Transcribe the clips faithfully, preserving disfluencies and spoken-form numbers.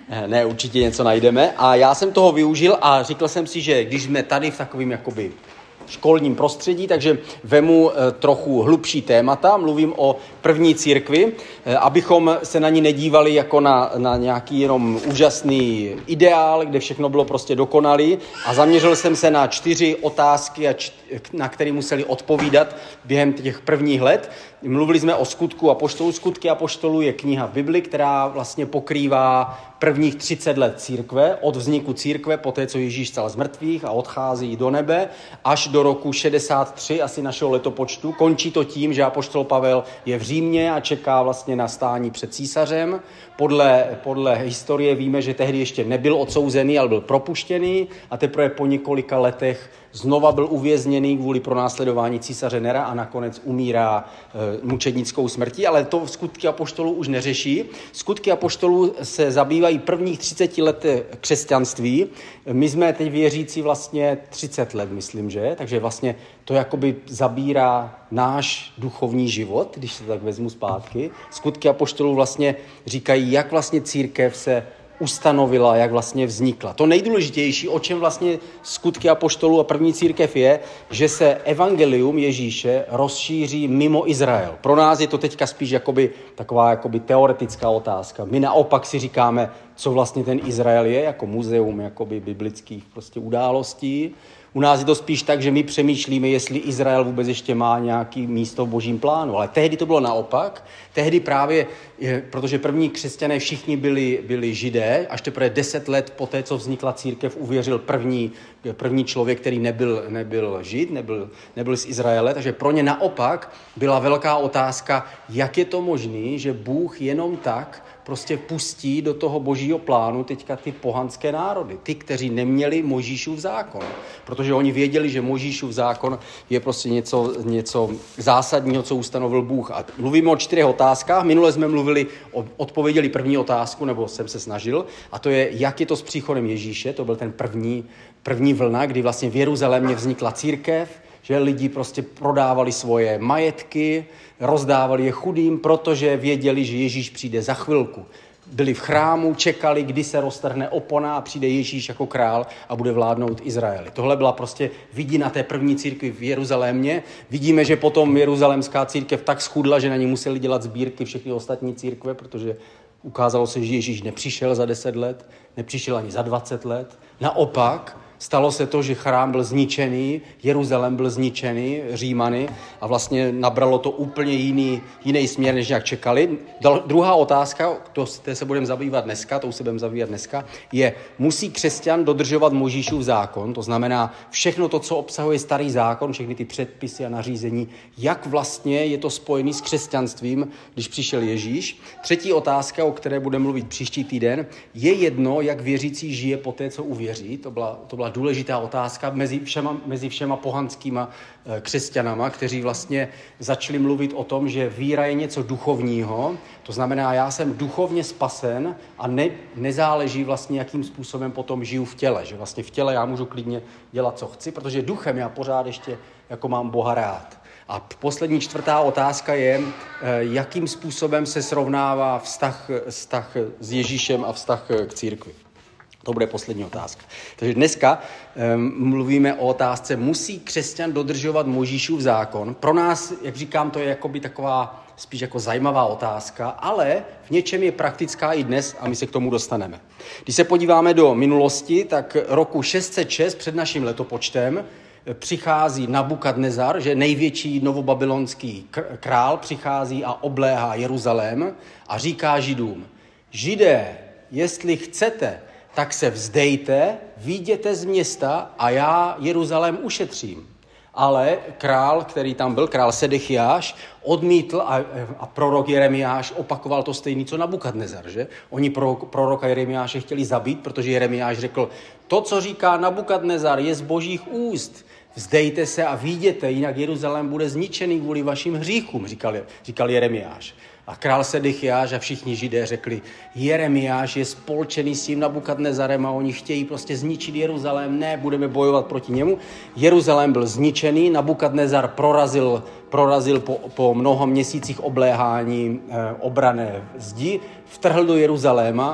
Ne, určitě něco najdeme. A já jsem toho využil a říkal jsem si, že když jsme tady v takovým jakoby školním prostředí, takže vemu trochu hlubší témata, mluvím o první církvi, abychom se na ní nedívali jako na, na nějaký jenom úžasný ideál, kde všechno bylo prostě dokonalý, a zaměřil jsem se na čtyři otázky, na které museli odpovídat během těch prvních let. Mluvili jsme o skutku apoštolů. Skutky apoštolů je kniha v Bibli, která vlastně pokrývá prvních třicet let církve, od vzniku církve, poté co Ježíš vstal z mrtvých a odchází do nebe, až do roku šedesát tři, asi našeho letopočtu. Končí to tím, že apoštol Pavel je v Římě a čeká vlastně na stání před císařem. Podle, podle historie víme, že tehdy ještě nebyl odsouzený, ale byl propuštěný a teprve po několika letech znova byl uvězněný kvůli pronásledování císaře Nera a nakonec umírá e, mučednickou smrtí, ale to skutky apoštolů už neřeší. Skutky apoštolů se zabývají prvních třiceti let křesťanství. My jsme teď věřící vlastně třicet let, myslím, že? Takže vlastně to jakoby zabírá náš duchovní život, když se to tak vezmu zpátky. Skutky apoštolů vlastně říkají, jak vlastně církev se ustanovila, jak vlastně vznikla. To nejdůležitější, o čem vlastně skutky apoštolů a první církev je, že se evangelium Ježíše rozšíří mimo Izrael. Pro nás je to teďka spíš jakoby taková jakoby teoretická otázka. My naopak si říkáme, co vlastně ten Izrael je, jako muzeum jakoby biblických prostě událostí. U nás je to spíš tak, že my přemýšlíme, jestli Izrael vůbec ještě má nějaký místo v božím plánu. Ale tehdy to bylo naopak. Tehdy právě, protože první křesťané všichni byli, byli židé, až teprve deset let poté, co vznikla církev, uvěřil první, první člověk, který nebyl, nebyl žid, nebyl, nebyl z Izraele. Takže pro ně naopak byla velká otázka, jak je to možné, že Bůh jenom tak prostě pustí do toho božího plánu teďka ty pohanské národy, ty, kteří neměli Mojžíšův zákon. Protože oni věděli, že Mojžíšův zákon je prostě něco, něco zásadního, co ustanovil Bůh. A mluvíme o čtyřech otázkách. Minule jsme mluvili, odpověděli první otázku, nebo jsem se snažil, a to je, jak je to s příchodem Ježíše. To byl ten první, první vlna, kdy vlastně v Jeruzalémě vznikla církev, že lidi prostě prodávali svoje majetky, rozdávali je chudým, protože věděli, že Ježíš přijde za chvilku. Byli v chrámu, čekali, kdy se roztrhne opona a přijde Ježíš jako král a bude vládnout Izraeli. Tohle byla prostě vidina té první církvi v Jeruzalémě. Vidíme, že potom jeruzalémská církev tak schudla, že na ní museli dělat sbírky všechny ostatní církve, protože ukázalo se, že Ježíš nepřišel za deset let, nepřišel ani za dvacet let. Naopak, stalo se to, že chrám byl zničený, Jeruzalém byl zničený Římany a vlastně nabralo to úplně jiný, jiný směr, než jak čekali. Dal, druhá otázka, to se budeme zabývat dneska, to už se budeme zabývat dneska, je, musí křesťan dodržovat Mojžíšův zákon, to znamená všechno to, co obsahuje starý zákon, všechny ty předpisy a nařízení, jak vlastně je to spojený s křesťanstvím, když přišel Ježíš. Třetí otázka, o které budeme mluvit příští týden, je jedno, jak věřící žije po té, co uvěří. To byla, to byla důležitá otázka mezi všema, mezi všema pohanskýma křesťanama, kteří vlastně začali mluvit o tom, že víra je něco duchovního, to znamená, já jsem duchovně spasen a ne, nezáleží vlastně, jakým způsobem potom žiju v těle, že vlastně v těle já můžu klidně dělat, co chci, protože duchem já pořád ještě jako mám Boha rád. A poslední čtvrtá otázka je, jakým způsobem se srovnává vztah, vztah s Ježíšem a vztah k církvi. To bude poslední otázka. Takže dneska um, mluvíme o otázce, musí křesťan dodržovat Mojžíšův zákon. Pro nás, jak říkám, to je jakoby taková spíš jako zajímavá otázka, ale v něčem je praktická i dnes a my se k tomu dostaneme. Když se podíváme do minulosti, tak roku šest set šest před naším letopočtem přichází Nabukadnezar, že největší novobabylonský král přichází a obléhá Jeruzalém a říká Židům, Židé, jestli chcete, tak se vzdejte, vyjděte z města a já Jeruzalém ušetřím. Ale král, který tam byl, král Sedechiáš, odmítl a, a prorok Jeremiáš opakoval to stejný, co Nabukadnezar, že? Oni prorok, proroka Jeremiáše chtěli zabít, protože Jeremiáš řekl, to, co říká Nabukadnezar, je z božích úst. Vzdejte se a vyjděte, jinak Jeruzalém bude zničený kvůli vašim hříchům, říkal, říkal Jeremiáš. A král Sedechiáš a všichni Židé řekli, Jeremiáš je spolčený s tím Nabukadnezarem a oni chtějí prostě zničit Jeruzalém, ne, budeme bojovat proti němu. Jeruzalém byl zničený, Nabukadnezar prorazil, prorazil po, po mnoha měsících obléhání e, obrané zdi, vtrhl do Jeruzaléma,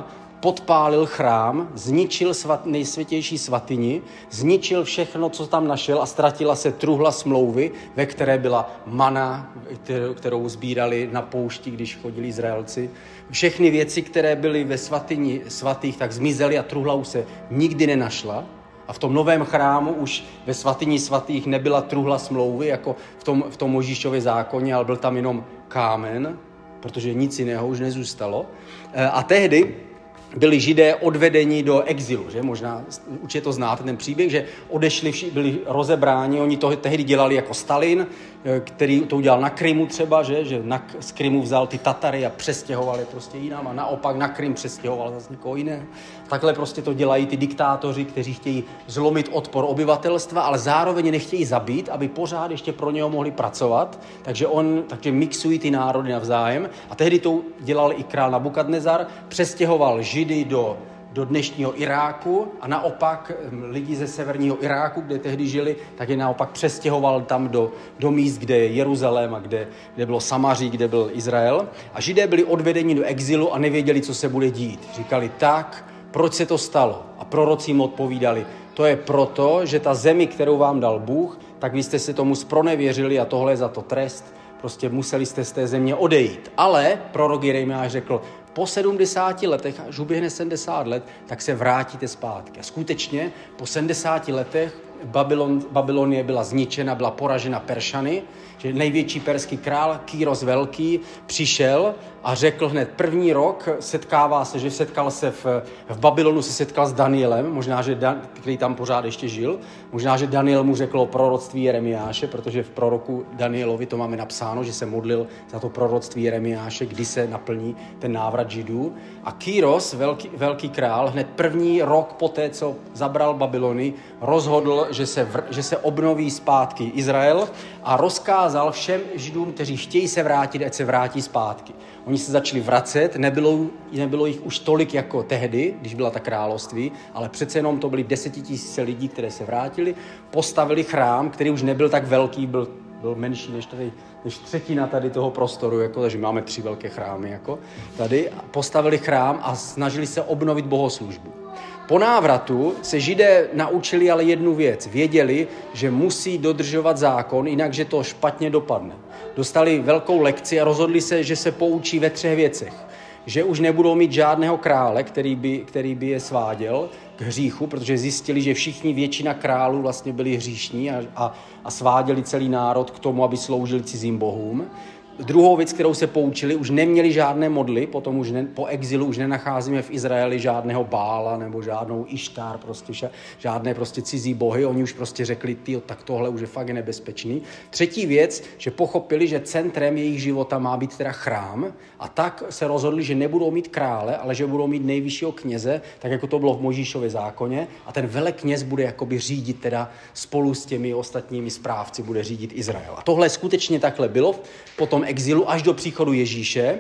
podpálil chrám, zničil svat, nejsvětější svatyni, zničil všechno, co tam našel a ztratila se truhla smlouvy, ve které byla mana, kterou sbírali na poušti, když chodili Izraelci. Všechny věci, které byly ve svatyni svatých, tak zmizely a truhla už se nikdy nenašla. A v tom novém chrámu už ve svatyni svatých nebyla truhla smlouvy, jako v tom, v tom Mojžíšově zákoně, ale byl tam jenom kámen, protože nic jiného už nezůstalo. A tehdy byli Židé odvedeni do exilu, že? Možná určitě to znáte, ten příběh, že odešli, byli rozebráni, oni to tehdy dělali jako Stalin, který to udělal na Krymu třeba, že, že na, z Krymu vzal ty Tatary a přestěhoval je prostě jinam a naopak na Krym přestěhoval zase někoho jiného. Takhle prostě to dělají ty diktátoři, kteří chtějí zlomit odpor obyvatelstva, ale zároveň nechtějí zabít, aby pořád ještě pro něho mohli pracovat, takže on, takže mixují ty národy navzájem a tehdy to dělal i král Nabukadnezar, přestěhoval Židy do do dnešního Iráku a naopak lidi ze severního Iráku, kde tehdy žili, tak je naopak přestěhoval tam do, do míst, kde je Jeruzalém a kde, kde bylo Samaří, kde byl Izrael. A Židé byli odvedeni do exilu a nevěděli, co se bude dít. Říkali tak, proč se to stalo? A proroci jim odpovídali, to je proto, že ta zemi, kterou vám dal Bůh, tak vy jste se tomu zpronevěřili a tohle je za to trest. Prostě museli jste z té země odejít. Ale prorok Jeremiáš řekl, po sedmdesáti letech, až uběhne sedmdesát let, tak se vrátíte zpátky. A skutečně po sedmdesáti letech Babylon, Babylonie byla zničena, byla poražena Peršany, že největší perský král Kýros Velký přišel a řekl hned první rok, setkává se, že setkal se v, v Babylonu, se setkal s Danielem, možná, že Dan, který tam pořád ještě žil, možná, že Daniel mu řekl o proroctví Jeremiáše, protože v proroku Danielovi to máme napsáno, že se modlil za to proroctví Jeremiáše, kdy se naplní ten návrat Židů. A Kýros, velký, velký král, hned první rok poté, co zabral Babylony, rozhodl, že se, vr, že se obnoví zpátky Izrael a rozkázal všem Židům, kteří chtějí se vrátit, ať se vrátí zpátky. Oni se začali vracet, nebylo, nebylo jich už tolik jako tehdy, když byla ta království, ale přece jenom to byly desetitisíce lidí, které se vrátili, postavili chrám, který už nebyl tak velký, byl, byl menší než, tady, než třetina tady toho prostoru, jako, takže máme tři velké chrámy jako tady. Postavili chrám a snažili se obnovit bohoslužbu. Po návratu se Židé naučili ale jednu věc. Věděli, že musí dodržovat zákon, jinak, že to špatně dopadne. Dostali velkou lekci a rozhodli se, že se poučí ve třech věcech. Že už nebudou mít žádného krále, který by, který by je sváděl k hříchu, protože zjistili, že všichni, většina králů vlastně byli hříšní a, a, a sváděli celý národ k tomu, aby sloužili cizím bohům. Druhou věc, kterou se poučili, už neměli žádné modly, potom už ne, po exilu už nenacházíme v Izraeli žádného Bála nebo žádnou Ištar, prostě žádné prostě cizí bohy, oni už prostě řekli, tyjo, tak tohle už je fakt nebezpečný. Třetí věc, že pochopili, že centrem jejich života má být teda chrám a tak se rozhodli, že nebudou mít krále, ale že budou mít nejvyššího kněze, tak jako to bylo v Mojžíšově zákoně a ten velekněz bude jakoby řídit teda spolu s těmi ostatními správci, bude řídit Izrael. A tohle skutečně takhle bylo potom exilu až do příchodu Ježíše,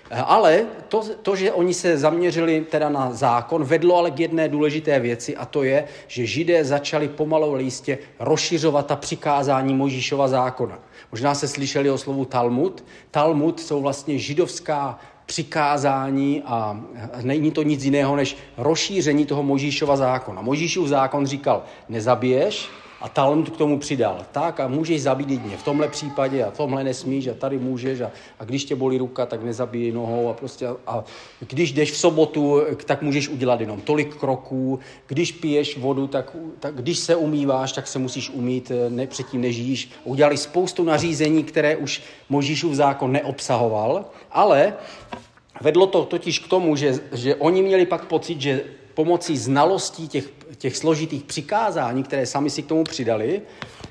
ale to, to, že oni se zaměřili teda na zákon, vedlo ale k jedné důležité věci a to je, že Židé začali pomalu ale jistě rozšiřovat ta přikázání Mojžíšova zákona. Možná se slyšeli o slovu Talmud. Talmud jsou vlastně židovská přikázání a není to nic jiného než rozšíření toho Mojžíšova zákona. Mojžíšův zákon říkal, nezabiješ, a Talmud k tomu přidal. Tak a můžeš zabít jedině v tomhle případě a v tomhle nesmíš a tady můžeš a, a když tě bolí ruka, tak nezabij nohou a prostě a, a když jdeš v sobotu, tak můžeš udělat jenom tolik kroků. Když piješ vodu, tak, tak když se umýváš, tak se musíš umýt, ne, předtím než jíš. Udělali spoustu nařízení, které už Mojžíšův zákon neobsahoval, ale vedlo to totiž k tomu, že, že oni měli pak pocit, že pomocí znalostí těch, těch složitých přikázání, které sami si k tomu přidali,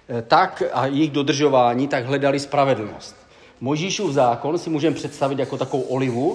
tak a jejich dodržování, tak hledali spravedlnost. Mojžíšův zákon si můžeme představit jako takovou olivu.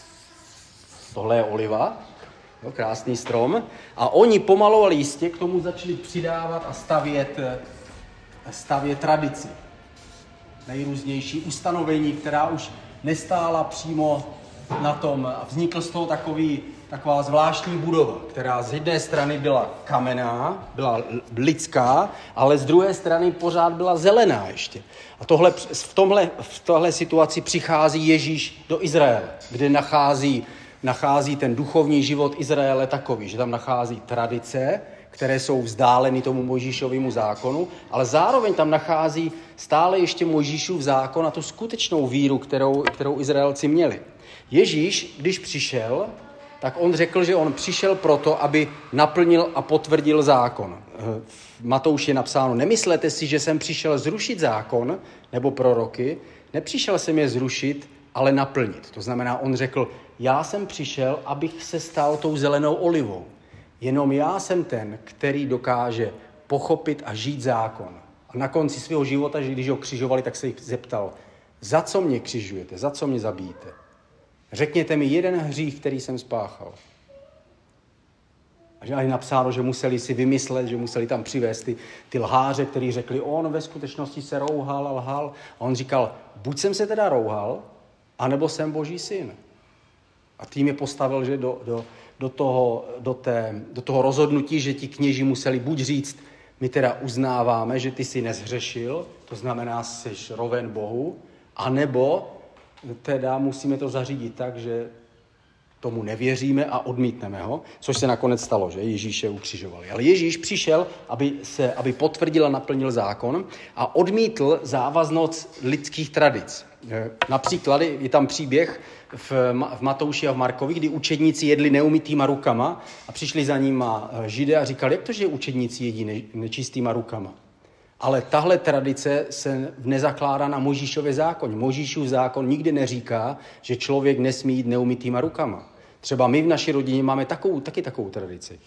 Tohle je oliva, jo, krásný strom. A oni pomalu ale jistě k tomu začali přidávat a stavět, stavět tradici. Nejrůznější ustanovení, která už nestála přímo na tom. A vznikl z toho takový taková zvláštní budova, která z jedné strany byla kamenná, byla lidská, ale z druhé strany pořád byla zelená ještě. A tohle, v, tomhle, v tohle situaci přichází Ježíš do Izraele, kde nachází nachází ten duchovní život Izraele takový, že tam nachází tradice, které jsou vzdáleny tomu Mojžíšovému zákonu, ale zároveň tam nachází stále ještě Mojžíšův zákon a tu skutečnou víru, kterou, kterou Izraelci měli. Ježíš, když přišel, tak on řekl, že on přišel proto, aby naplnil a potvrdil zákon. V Matouši je napsáno, nemyslete si, že jsem přišel zrušit zákon nebo proroky, nepřišel jsem je zrušit, ale naplnit. To znamená, on řekl, já jsem přišel, abych se stal tou zelenou olivou. Jenom já jsem ten, který dokáže pochopit a žít zákon. A na konci svého života, že když ho křižovali, tak se jich zeptal, za co mě křižujete, za co mě zabíjíte? Řekněte mi jeden hřích, který jsem spáchal. A že je napsáno, že museli si vymyslet, že museli tam přivést ty, ty lháře, kteří řekli, on ve skutečnosti se rouhal a lhal. A on říkal, buď jsem se teda rouhal, anebo jsem Boží syn. A tím je postavil, že do, do, do, toho, do, té, do toho rozhodnutí, že ti kněži museli buď říct, my teda uznáváme, že ty jsi nezhřešil, to znamená, jsi roven Bohu, anebo teda musíme to zařídit tak, že tomu nevěříme a odmítneme ho, což se nakonec stalo, že Ježíše ukřižovali. Ale Ježíš přišel, aby, se, aby potvrdil a naplnil zákon a odmítl závaznost lidských tradic. Například je tam příběh v, v Matouši a v Markovi, kdy učedníci jedli neumytýma rukama a přišli za nima Židé a říkali, jak to, že učedníci jedí ne, nečistýma rukama. Ale tahle tradice se nezakládá na Mojžíšově zákoně. Mojžíšův zákon nikdy neříká, že člověk nesmí jít neumytýma rukama. Třeba my v naší rodině máme takovou, taky takovou tradici.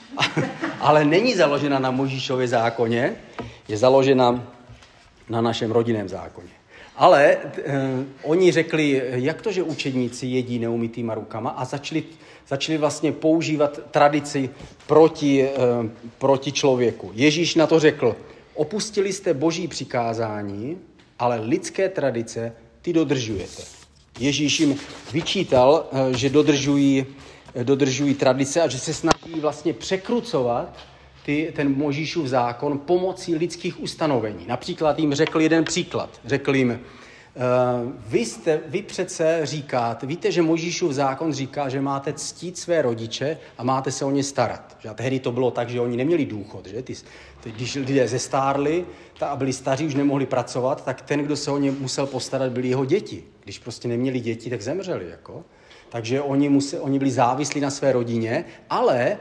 Ale není založena na Mojžíšově zákoně, je založena na našem rodinném zákoně. Ale eh, oni řekli, jak to, že učedníci jedí neumytýma rukama a začali, začali vlastně používat tradici proti, eh, proti člověku. Ježíš na to řekl, opustili jste Boží přikázání, ale lidské tradice ty dodržujete. Ježíš jim vyčítal, že dodržují, dodržují tradice a že se snaží vlastně překrucovat ty, ten Mojžíšův zákon pomocí lidských ustanovení. Například jim řekl jeden příklad. Řekl jim, vy, jste, vy přece říkáte, víte, že Mojžíšův zákon říká, že máte ctít své rodiče a máte se o ně starat. Že a tehdy to bylo tak, že oni neměli důchod. Že? Ty, ty, když lidé zestárli a byli staří, už nemohli pracovat, tak ten, kdo se o ně musel postarat, byli jeho děti. Když prostě neměli děti, tak zemřeli. Jako. Takže oni, museli, oni byli závislí na své rodině, ale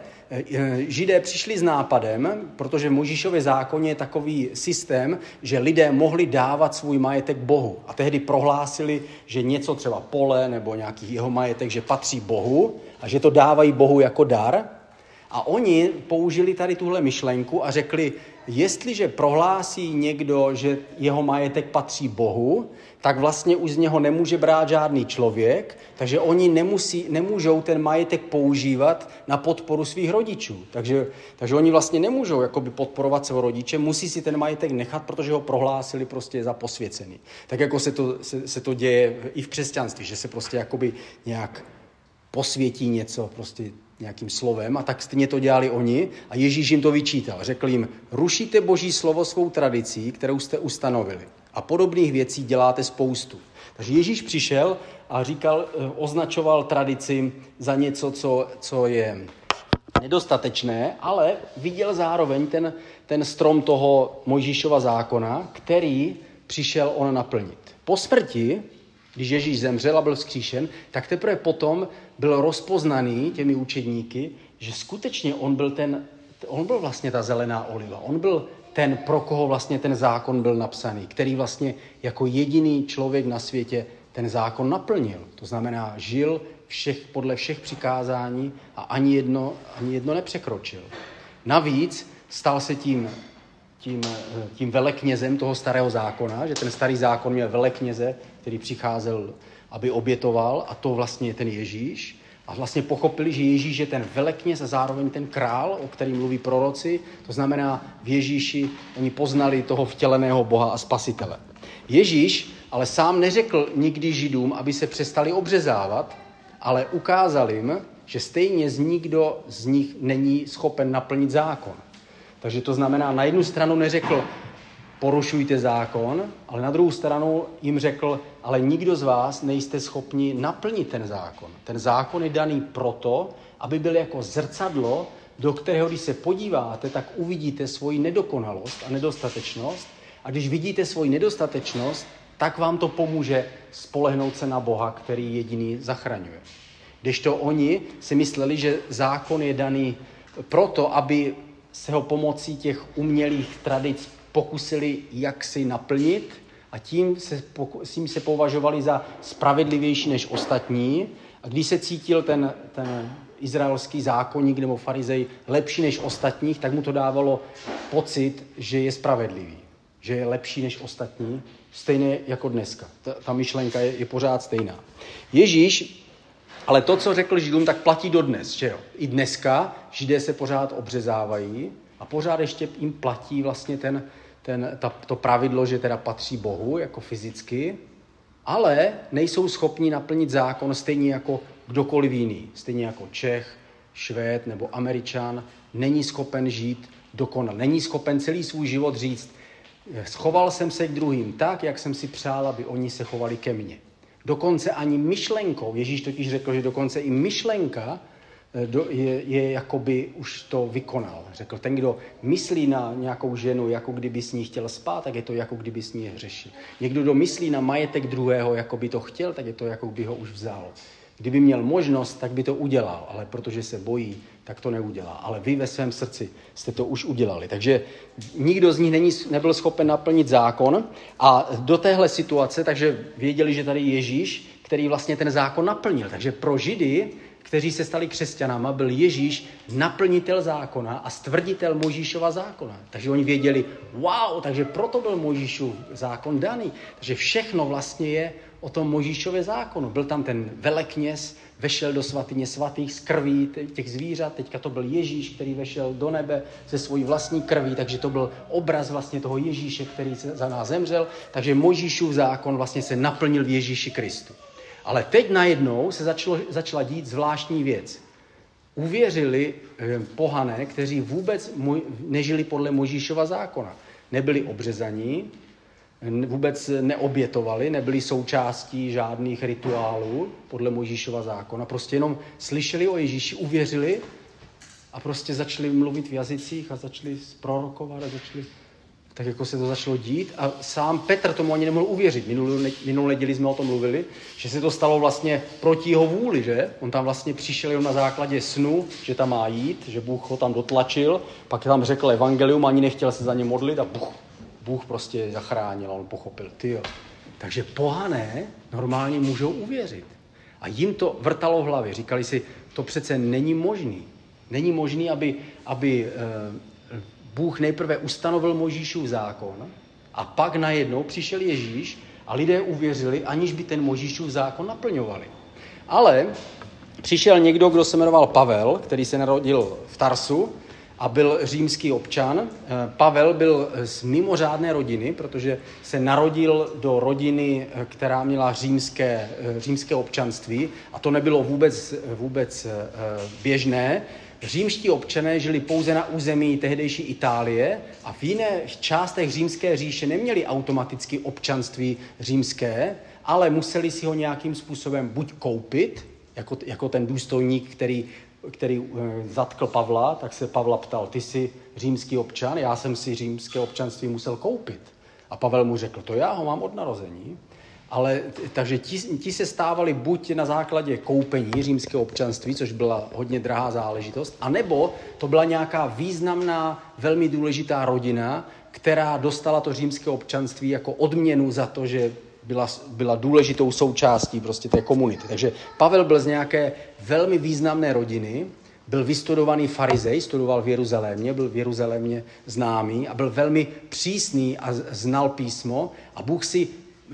Židé přišli s nápadem, protože v Mojžíšově zákoně je takový systém, že lidé mohli dávat svůj majetek Bohu. A tehdy prohlásili, že něco třeba pole nebo nějaký jeho majetek, že patří Bohu a že to dávají Bohu jako dar. A oni použili tady tuhle myšlenku a řekli, jestliže prohlásí někdo, že jeho majetek patří Bohu, tak vlastně už z něho nemůže brát žádný člověk, takže oni nemusí, nemůžou ten majetek používat na podporu svých rodičů. Takže, takže oni vlastně nemůžou jakoby podporovat svého rodiče, musí si ten majetek nechat, protože ho prohlásili prostě za posvěcený. Tak jako se to, se, se to děje i v křesťanství, že se prostě jakoby nějak posvětí něco prostě nějakým slovem a tak stejně to dělali oni a Ježíš jim to vyčítal. Řekl jim, rušíte Boží slovo svou tradicí, kterou jste ustanovili a podobných věcí děláte spoustu. Takže Ježíš přišel a říkal, označoval tradici za něco, co, co je nedostatečné, ale viděl zároveň ten, ten strom toho Mojžíšova zákona, který přišel on naplnit. Po smrti, když Ježíš zemřel a byl vzkříšen, tak teprve potom byl rozpoznaný těmi učedníky, že skutečně on byl ten, on byl vlastně ta zelená oliva. On byl ten, pro koho vlastně ten zákon byl napsaný, který vlastně jako jediný člověk na světě ten zákon naplnil. To znamená, žil všech, podle všech přikázání a ani jedno, ani jedno nepřekročil. Navíc stal se tím, tím, tím veleknězem toho starého zákona, že ten starý zákon měl velekněze, který přicházel, aby obětoval, a to vlastně je ten Ježíš. A vlastně pochopili, že Ježíš je ten velekněz a zároveň ten král, o kterém mluví proroci. To znamená, v Ježíši oni poznali toho vtěleného Boha a spasitele. Ježíš ale sám neřekl nikdy Židům, aby se přestali obřezávat, ale ukázal jim, že stejně z nikdo z nich není schopen naplnit zákon. Takže to znamená, na jednu stranu neřekl, porušujte zákon, ale na druhou stranu jim řekl, ale nikdo z vás nejste schopni naplnit ten zákon. Ten zákon je daný proto, aby byl jako zrcadlo, do kterého, když se podíváte, tak uvidíte svoji nedokonalost a nedostatečnost. A když vidíte svoji nedostatečnost, tak vám to pomůže spolehnout se na Boha, který jediný zachraňuje. Kdežto oni si mysleli, že zákon je daný proto, aby se ho pomocí těch umělých tradic pokusili jaksi naplnit a tím se, tím se považovali za spravedlivější než ostatní. A když se cítil ten, ten izraelský zákonník nebo farizej lepší než ostatních, tak mu to dávalo pocit, že je spravedlivý, že je lepší než ostatní, stejně jako dneska. Ta, ta myšlenka je, je pořád stejná. Ježíš, ale to, co řekl Židům, tak platí dodnes, že jo? I dneska Židé se pořád obřezávají a pořád ještě jim platí vlastně ten, ten, ta, to pravidlo, že teda patří Bohu jako fyzicky, ale nejsou schopni naplnit zákon stejně jako kdokoliv jiný. Stejně jako Čech, Švéd nebo Američan není schopen žít dokonale. Není schopen celý svůj život říct, schoval jsem se k druhým tak, jak jsem si přál, aby oni se chovali ke mně. Dokonce ani myšlenkou, Ježíš totiž řekl, že dokonce i myšlenka je, je jakoby už to vykonal. Řekl, ten, kdo myslí na nějakou ženu, jako kdyby s ní chtěl spát, tak je to, jako kdyby s ní hřešil. Někdo, kdo myslí na majetek druhého, jako by to chtěl, tak je to, jako by ho už vzal. Kdyby měl možnost, tak by to udělal, ale protože se bojí, tak to neudělá. Ale vy ve svém srdci jste to už udělali. Takže nikdo z nich není, nebyl schopen naplnit zákon a do téhle situace, takže věděli, že tady Ježíš, který vlastně ten zákon naplnil. Takže pro Židy, kteří se stali křesťanama, byl Ježíš naplnitel zákona a stvrditel Mojžíšova zákona. Takže oni věděli, wow, takže proto byl Mojžíšův zákon daný. Takže všechno vlastně je o tom Mojžíšově zákonu. Byl tam ten velekněz, vešel do svatyně svatých z krví těch zvířat, teďka to byl Ježíš, který vešel do nebe se svojí vlastní krví, takže to byl obraz vlastně toho Ježíše, který za nás zemřel, takže Mojžíšův zákon vlastně se naplnil v Ježíši Kristu. Ale teď najednou se začalo, začala dít zvláštní věc. Uvěřili eh, pohané, kteří vůbec moj, nežili podle Mojžíšova zákona. Nebyli obřezaní, vůbec neobětovali, nebyli součástí žádných rituálů podle Mojžíšova zákona. Prostě jenom slyšeli o Ježíši, uvěřili a prostě začali mluvit v jazycích a začali prorokovat a začali... Tak jako se to začalo dít a sám Petr tomu ani nemohl uvěřit. Minulou, minulou neděli jsme o tom mluvili, že se to stalo vlastně proti jeho vůli, že? On tam vlastně přišel jenom na základě snu, že tam má jít, že Bůh ho tam dotlačil, pak tam řekl evangelium, ani nechtěl se za ně modlit a Bůh, Bůh prostě zachránil a on pochopil. Tyjo. Takže pohané normálně můžou uvěřit. A jim to vrtalo v hlavě. Říkali si, to přece není možný. Není možný, aby... aby eh, Bůh nejprve ustanovil Mojžíšův zákon a pak najednou přišel Ježíš a lidé uvěřili, aniž by ten Mojžíšův zákon naplňovali. Ale přišel někdo, kdo se jmenoval Pavel, který se narodil v Tarsu a byl římský občan. Pavel byl z mimořádné rodiny, protože se narodil do rodiny, která měla římské, římské občanství a to nebylo vůbec, vůbec běžné. Římští občané žili pouze na území tehdejší Itálie a v jiných částech římské říše neměli automaticky občanství římské, ale museli si ho nějakým způsobem buď koupit, jako, jako ten důstojník, který, který zatkl Pavla, tak se Pavla ptal, ty jsi římský občan, já jsem si římské občanství musel koupit. A Pavel mu řekl, to já ho mám od narození. Ale takže ti, ti se stávali buď na základě koupení římského občanství, což byla hodně drahá záležitost, anebo to byla nějaká významná, velmi důležitá rodina, která dostala to římské občanství jako odměnu za to, že byla, byla důležitou součástí prostě té komunity. Takže Pavel byl z nějaké velmi významné rodiny, byl vystudovaný farizej, studoval v Jeruzalémě, byl v Jeruzalémě známý a byl velmi přísný a znal písmo a Bůh si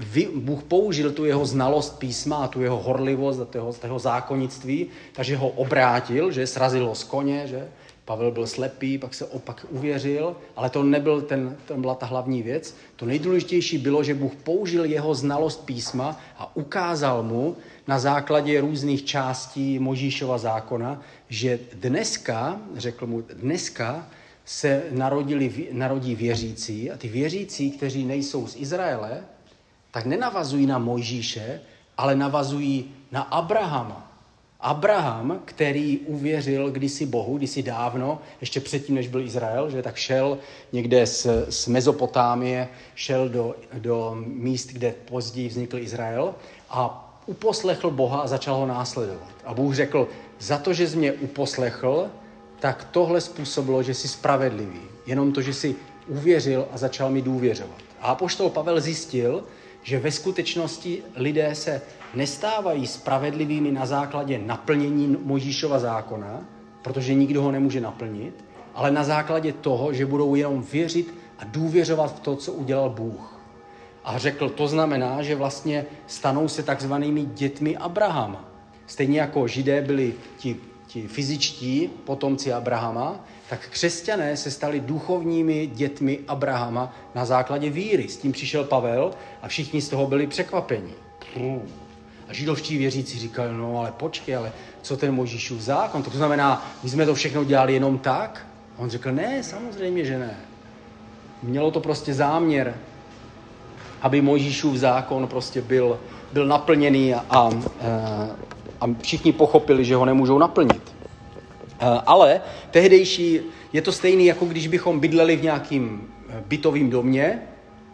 Bůh použil tu jeho znalost písma a tu jeho horlivost a toho, toho zákonnictví, takže ho obrátil, že srazil ho z koně, že Pavel byl slepý, pak se opak uvěřil, ale to nebyl ten, ten byla ta hlavní věc. To nejdůležitější bylo, že Bůh použil jeho znalost písma a ukázal mu na základě různých částí Mojžíšova zákona, že dneska, řekl mu, dneska se narodili, narodí věřící a ty věřící, kteří nejsou z Izraele, tak nenavazují na Mojžíše, ale navazují na Abrahama. Abraham, který uvěřil kdysi Bohu, kdysi dávno, ještě předtím, než byl Izrael, že tak šel někde z, z Mezopotámie, šel do, do míst, kde později vznikl Izrael a uposlechl Boha a začal ho následovat. A Bůh řekl, za to, že jsi mě uposlechl, tak tohle způsobilo, že jsi spravedlivý. Jenom to, že jsi uvěřil a začal mi důvěřovat. A apoštol Pavel zjistil, že ve skutečnosti lidé se nestávají spravedlivými na základě naplnění Mojžíšova zákona, protože nikdo ho nemůže naplnit, ale na základě toho, že budou jenom věřit a důvěřovat v to, co udělal Bůh. A řekl, to znamená, že vlastně stanou se takzvanými dětmi Abrahama. Stejně jako Židé byli ti, ti fyzičtí potomci Abrahama, tak křesťané se stali duchovními dětmi Abrahama na základě víry. S tím přišel Pavel a všichni z toho byli překvapeni. A židovští věřící říkali, no ale počkej, ale co ten Mojžíšův zákon? To znamená, my jsme to všechno dělali jenom tak? A on řekl, ne, samozřejmě, že ne. Mělo to prostě záměr, aby Mojžíšův zákon prostě byl, byl naplněný a, a, a všichni pochopili, že ho nemůžou naplnit. Ale tehdejší je to stejný, jako když bychom bydleli v nějakým bytovým domě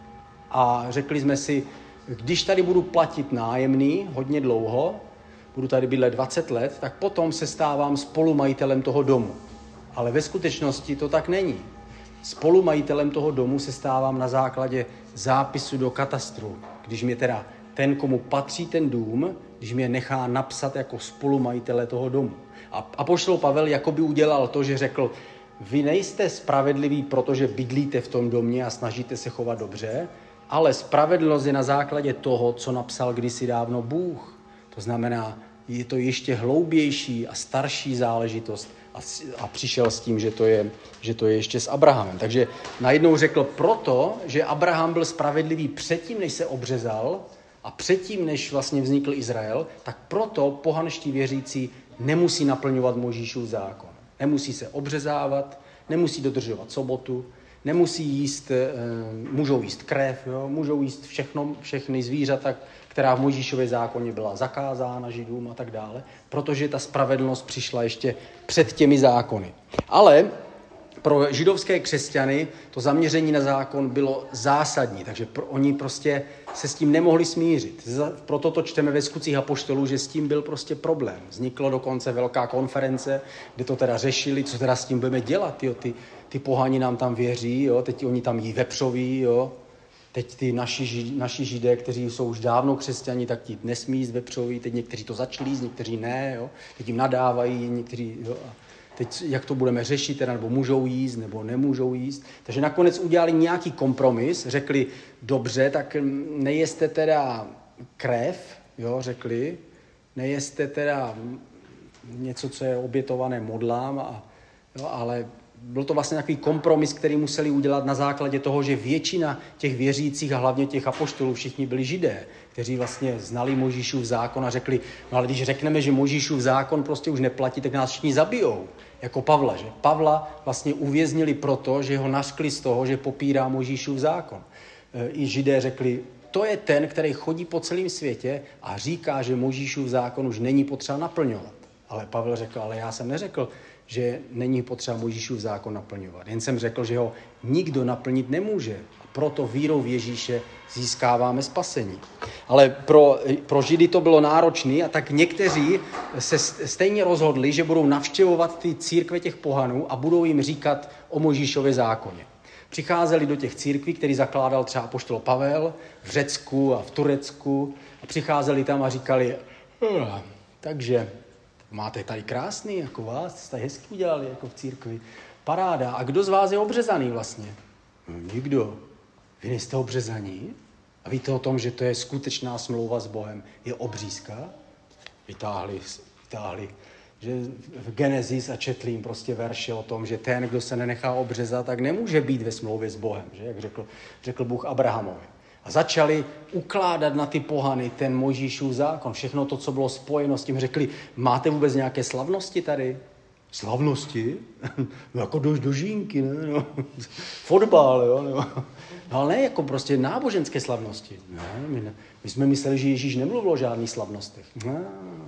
a řekli jsme si, když tady budu platit nájemný hodně dlouho, budu tady bydlet dvacet let, tak potom se stávám spolumajitelem toho domu. Ale ve skutečnosti to tak není. Spolumajitelem toho domu se stávám na základě zápisu do katastru. Když mě teda ten, komu patří ten dům, když mě nechá napsat jako spolumajitele toho domu. A apoštol Pavel jakoby udělal to, že řekl, vy nejste spravedliví, protože bydlíte v tom domě a snažíte se chovat dobře, ale spravedlnost je na základě toho, co napsal kdysi dávno Bůh. To znamená, je to ještě hloubější a starší záležitost a, a přišel s tím, že to, je, že to je ještě s Abrahamem. Takže najednou řekl proto, že Abraham byl spravedlivý předtím, než se obřezal a předtím, než vlastně vznikl Izrael, tak proto pohanští věřící nemusí naplňovat Mojžíšův zákon. Nemusí se obřezávat, nemusí dodržovat sobotu, nemusí jíst, můžou jíst krev, jo? Můžou jíst všechno, všechny zvířata, která v Mojžíšově zákoně byla zakázána Židům a tak dále, protože ta spravedlnost přišla ještě před těmi zákony. Ale pro židovské křesťany to zaměření na zákon bylo zásadní, takže pro, oni prostě se s tím nemohli smířit. Proto to čteme ve Skutcích apoštolů, že s tím byl prostě problém. Vznikla dokonce velká konference, kde to teda řešili, co teda s tím budeme dělat. Jo? Ty, ty pohani nám tam věří, jo? Teď oni tam jí vepřoví, jo? Teď ty naši, naši židé, kteří jsou už dávno křesťani, tak ti nesmí jíst vepřoví, teď někteří to začali jíst, někteří ne, jo? Teď jim nadávají, někteří... Jo? Teď jak to budeme řešit, teda, nebo můžou jíst, nebo nemůžou jíst. Takže nakonec udělali nějaký kompromis, řekli, dobře, tak nejeste teda krev, jo, řekli, nejeste teda něco, co je obětované modlám, a, jo, ale byl to vlastně takový kompromis, který museli udělat na základě toho, že většina těch věřících a hlavně těch apoštolů všichni byli židé, kteří vlastně znali Mojžíšův zákon a řekli, no ale když řekneme, že Mojžíšův zákon prostě už neplatí, tak nás všichni zabijou. Jako Pavla, že? Pavla vlastně uvěznili proto, že ho naškli z toho, že popírá Mojžíšův zákon. I židé řekli, to je ten, který chodí po celém světě a říká, že Mojžíšův zákon už není potřeba naplňovat. Ale Pavel řekl, ale já jsem neřekl, že není potřeba Mojžíšův zákon naplňovat. Jen jsem řekl, že ho nikdo naplnit nemůže. A proto vírou v Ježíše získáváme spasení. Ale pro, pro Židy to bylo náročné a tak někteří se stejně rozhodli, že budou navštěvovat ty církve těch pohanů a budou jim říkat o Mojžíšově zákoně. Přicházeli do těch církví, který zakládal třeba apoštol Pavel v Řecku a v Turecku a přicházeli tam a říkali, takže máte tady krásný, jako vás, jste hezky udělali, jako v církvi. Paráda. A kdo z vás je obřezaný vlastně? Nikdo. Vy nejste obřezaní? A víte o tom, že to je skutečná smlouva s Bohem? Je obřízka? Vytáhli, vytáhli. Že v Genesis a četli jim prostě verše o tom, že ten, kdo se nenechá obřezat, tak nemůže být ve smlouvě s Bohem, že? Jak řekl, řekl Bůh Abrahamovi. A začali ukládat na ty pohany ten Mojžíšův zákon. Všechno to, co bylo spojeno s tím, řekli, máte vůbec nějaké slavnosti tady? Slavnosti? No jako do, do žínky, ne? No. Fotbal, jo? No. No ale ne jako prostě náboženské slavnosti. Ne, my, ne. my jsme mysleli, že Ježíš nemluvil o žádných slavnostech. No,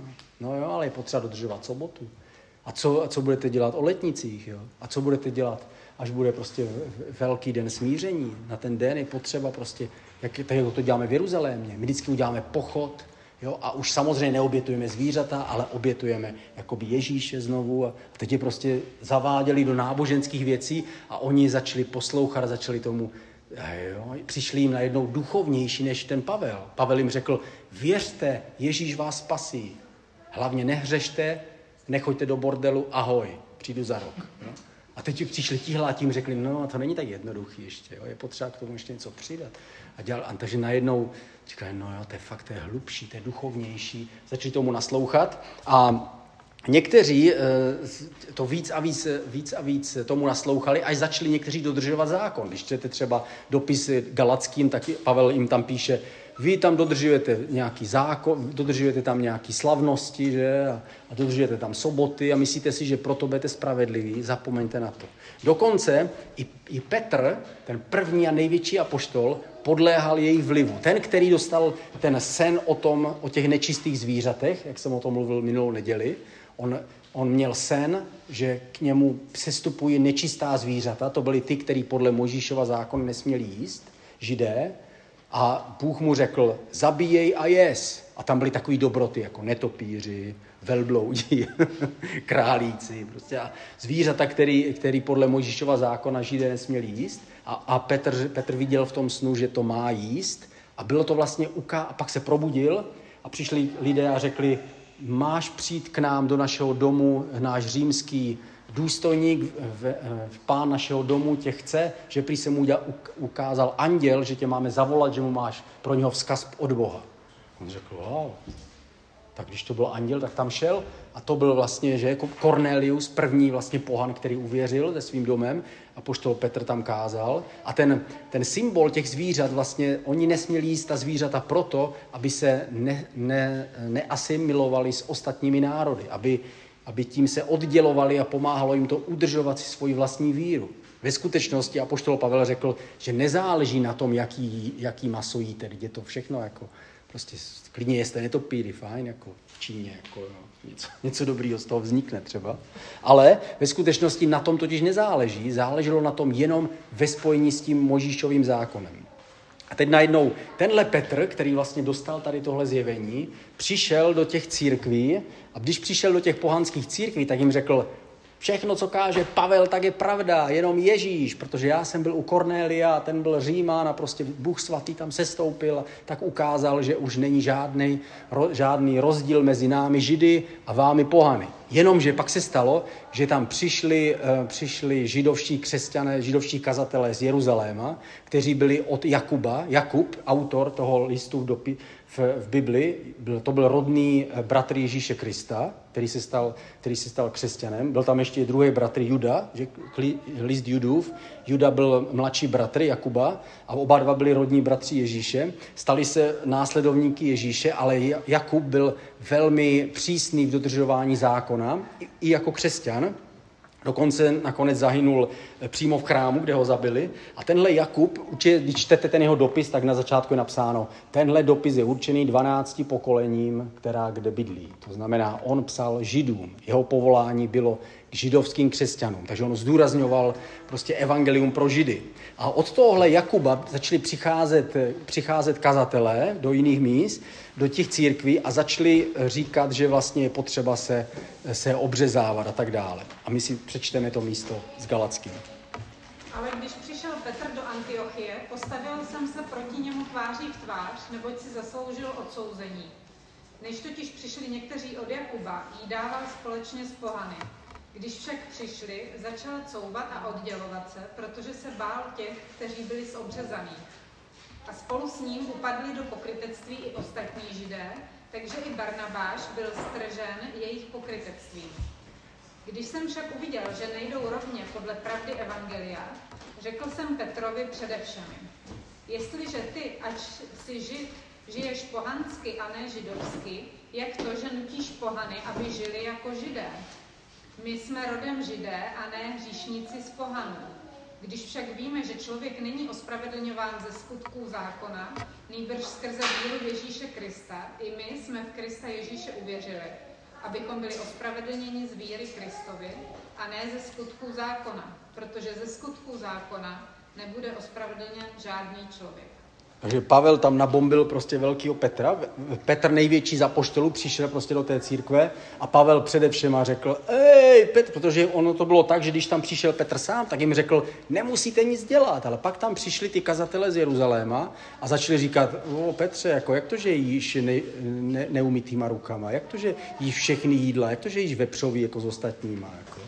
no jo, ale je potřeba dodržovat sobotu. A co, a co budete dělat o letnicích, jo? A co budete dělat, až bude prostě velký den smíření? Na ten den je potřeba prostě, jak, tak jako to děláme v Jeruzalémě. My vždycky uděláme pochod, jo? A už samozřejmě neobětujeme zvířata, ale obětujeme jakoby Ježíše znovu. A teď je prostě zaváděli do náboženských věcí a oni začali poslouchat, začali tomu, jo? Přišli jim najednou duchovnější než ten Pavel. Pavel jim řekl, věřte, Ježíš vás spasí. Hlavně nehřešte, nechoďte do bordelu, ahoj, přijdu za rok. Jo? A teď přišli tihle a tím řekli, no to není tak jednoduchý ještě, jo? Je potřeba k tomu ještě něco přidat. A, dělal, a takže najednou říkali, no jo, to je fakt, to je hlubší, to je duchovnější. Začali tomu naslouchat a někteří to víc a víc, víc a víc tomu naslouchali, až začali někteří dodržovat zákon. Když čtete třeba dopisy Galackým, tak Pavel jim tam píše, vy tam dodržujete nějaký zákon, dodržujete tam nějaký slavnosti, že? A, a dodržujete tam soboty a myslíte si, že proto budete spravedliví, zapomeňte na to. Dokonce i, i Petr, ten první a největší apoštol, podléhal jejich vlivu. Ten, který dostal ten sen o tom, o těch nečistých zvířatech, jak jsem o tom mluvil minulou neděli, on, on měl sen, že k němu sestupují nečistá zvířata, to byly ty, který podle Mojžíšova zákona nesměli jíst, Židé, a Bůh mu řekl, zabíjej a jes. A tam byly takový dobroty, jako netopíři, velbloudi, králíci, prostě a zvířata, který, který podle Mojžíšova zákona Židé nesměli jíst. A, a Petr, Petr viděl v tom snu, že to má jíst. A bylo to vlastně uká, a pak se probudil a přišli lidé a řekli, máš přijít k nám do našeho domu, náš římský důstojník, v, v pán našeho domu tě chce, že prý se mu ukázal anděl, že tě máme zavolat, že mu máš pro něho vzkaz od Boha. On řekl, wow. Tak když to byl anděl, tak tam šel a to byl vlastně, že jako Cornelius, první vlastně pohan, který uvěřil se svým domem, apoštol Petr tam kázal. A ten, ten symbol těch zvířat vlastně, oni nesměli jíst ta zvířata proto, aby se ne, ne, neasimilovali s ostatními národy, aby aby tím se oddělovali a pomáhalo jim to udržovat si svoji vlastní víru. Ve skutečnosti apoštol Pavel řekl, že nezáleží na tom, jaký, jaký maso jíte, je to všechno jako, prostě klidně jeste netopíry, fajn, jako v Číně, jako, jo, něco, něco dobrýho z toho vznikne třeba. Ale ve skutečnosti na tom totiž nezáleží, záleželo na tom jenom ve spojení s tím Mojžíšovým zákonem. A teď najednou tenhle Petr, který vlastně dostal tady tohle zjevení, přišel do těch církví a když přišel do těch pohanských církví, tak jim řekl, všechno, co káže Pavel, tak je pravda, jenom Ježíš, protože já jsem byl u Kornélia a ten byl Římán a prostě Bůh svatý tam sestoupil, tak ukázal, že už není žádný, ro, žádný rozdíl mezi námi Židy a vámi pohany. Jenomže pak se stalo, že tam přišli, uh, přišli židovští křesťané, židovští kazatelé z Jeruzaléma, kteří byli od Jakuba, Jakub, autor toho listu v, dopi, v, v Bibli, byl, to byl rodný bratr Ježíše Krista, který se stal, který se stal křesťanem. Byl tam ještě druhý bratr Juda, že, list Judův. Juda byl mladší bratr Jakuba a oba dva byli rodní bratři Ježíše. Stali se následovníky Ježíše, ale Jakub byl velmi přísný v dodržování zákona, i jako křesťan. Dokonce nakonec zahynul přímo v chrámu, kde ho zabili. A tenhle Jakub, když čtete ten jeho dopis, tak na začátku je napsáno, tenhle dopis je určený dvanácti pokolením, která kde bydlí. To znamená, on psal Židům. Jeho povolání bylo k židovským křesťanům. Takže on zdůrazňoval prostě evangelium pro Židy. A od tohohle Jakuba začali přicházet, přicházet kazatelé do jiných míst, do těch církví a začali říkat, že vlastně je potřeba se, se obřezávat a tak dále. A my si přečteme to místo s Galackým. Ale když přišel Petr do Antiochie, postavil jsem se proti němu tváří v tvář, neboť si zasloužil odsouzení. Než totiž přišli někteří od Jakuba, jí dával společně s pohany. Když však přišli, začal couvat a oddělovat se, protože se bál těch, kteří byli zobřezaní. A spolu s ním upadli do pokrytectví i ostatní Židé, takže i Barnabáš byl stržen jejich pokrytectvím. Když jsem však uviděl, že nejdou rovně podle pravdy evangelia, řekl jsem Petrovi přede všemi. Jestliže ty, ač si žid, žiješ pohansky a ne židovsky, jak to, že nutíš pohany, aby žili jako Židé? My jsme rodem Židé a ne hříšníci z pohanů. Když však víme, že člověk není ospravedlňován ze skutků zákona, nýbrž skrze víru Ježíše Krista, i my jsme v Krista Ježíše uvěřili, abychom byli ospravedlněni z víry Kristovi a ne ze skutků zákona, protože ze skutků zákona nebude ospravedlněn žádný člověk. Takže Pavel tam nabombil prostě velkýho Petra. Petr, největší z apoštolů, přišel prostě do té církve a Pavel především a řekl, ej Petr, protože ono to bylo tak, že když tam přišel Petr sám, tak jim řekl, nemusíte nic dělat, ale pak tam přišli ty kazatelé z Jeruzaléma a začali říkat, o Petře, jako, jak to, že jíš ne, ne, neumytýma rukama, jak to, že jíš všechny jídla, jak to, že jíš vepřový jako s ostatníma, jako.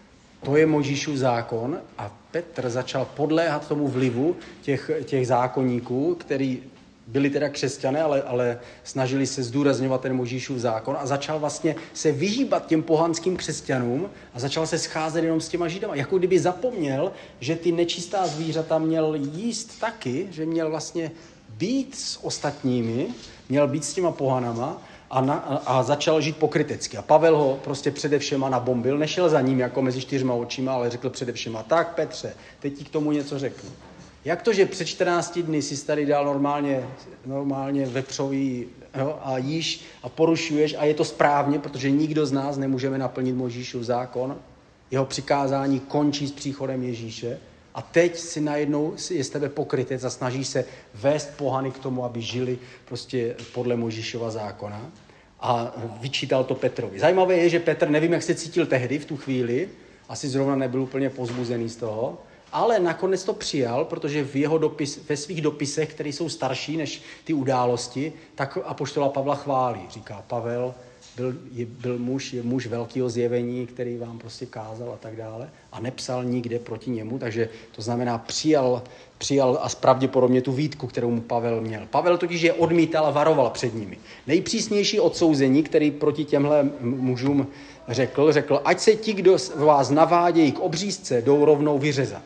To je Mojžíšův zákon a Petr začal podléhat tomu vlivu těch, těch zákonníků, který byli teda křesťané, ale, ale snažili se zdůrazňovat ten Mojžíšův zákon a začal vlastně se vyhýbat těm pohanským křesťanům a začal se scházet jenom s těma Židama. Jako kdyby zapomněl, že ty nečistá zvířata měl jíst taky, že měl vlastně být s ostatními, měl být s těma pohanama, A, na, a začal žít pokrytecky. A Pavel ho prostě především nabombil, nešel za ním jako mezi čtyřma očima, ale řekl především, tak Petře, teď ti k tomu něco řeknu. Jak to, že před čtrnácti dny jsi tady dal normálně, normálně vepřový, jo, a jíš a porušuješ a je to správně, protože nikdo z nás nemůžeme naplnit Mojžíšův zákon. Jeho přikázání končí s příchodem Ježíše. A teď si najednou je z tebe pokrytec a snaží se vést pohany k tomu, aby žili prostě podle Mojžíšova zákona. A vyčítal to Petrovi. Zajímavé je, že Petr, nevím, jak se cítil tehdy v tu chvíli, asi zrovna nebyl úplně pozbuzený z toho, ale nakonec to přijal, protože v jeho dopis, ve svých dopisech, které jsou starší než ty události, tak apoštola Pavla chválí. Říká, Pavel byl, je, byl muž, je muž velkého zjevení, který vám prostě kázal a tak dále a nepsal nikde proti němu, takže to znamená přijal, přijal a pravděpodobně tu výtku, kterou mu Pavel měl. Pavel totiž je odmítal a varoval před nimi. Nejpřísnější odsouzení, který proti těmhle mužům řekl, řekl, ať se ti, kdo vás navádějí k obřízce, jdou rovnou vyřezat.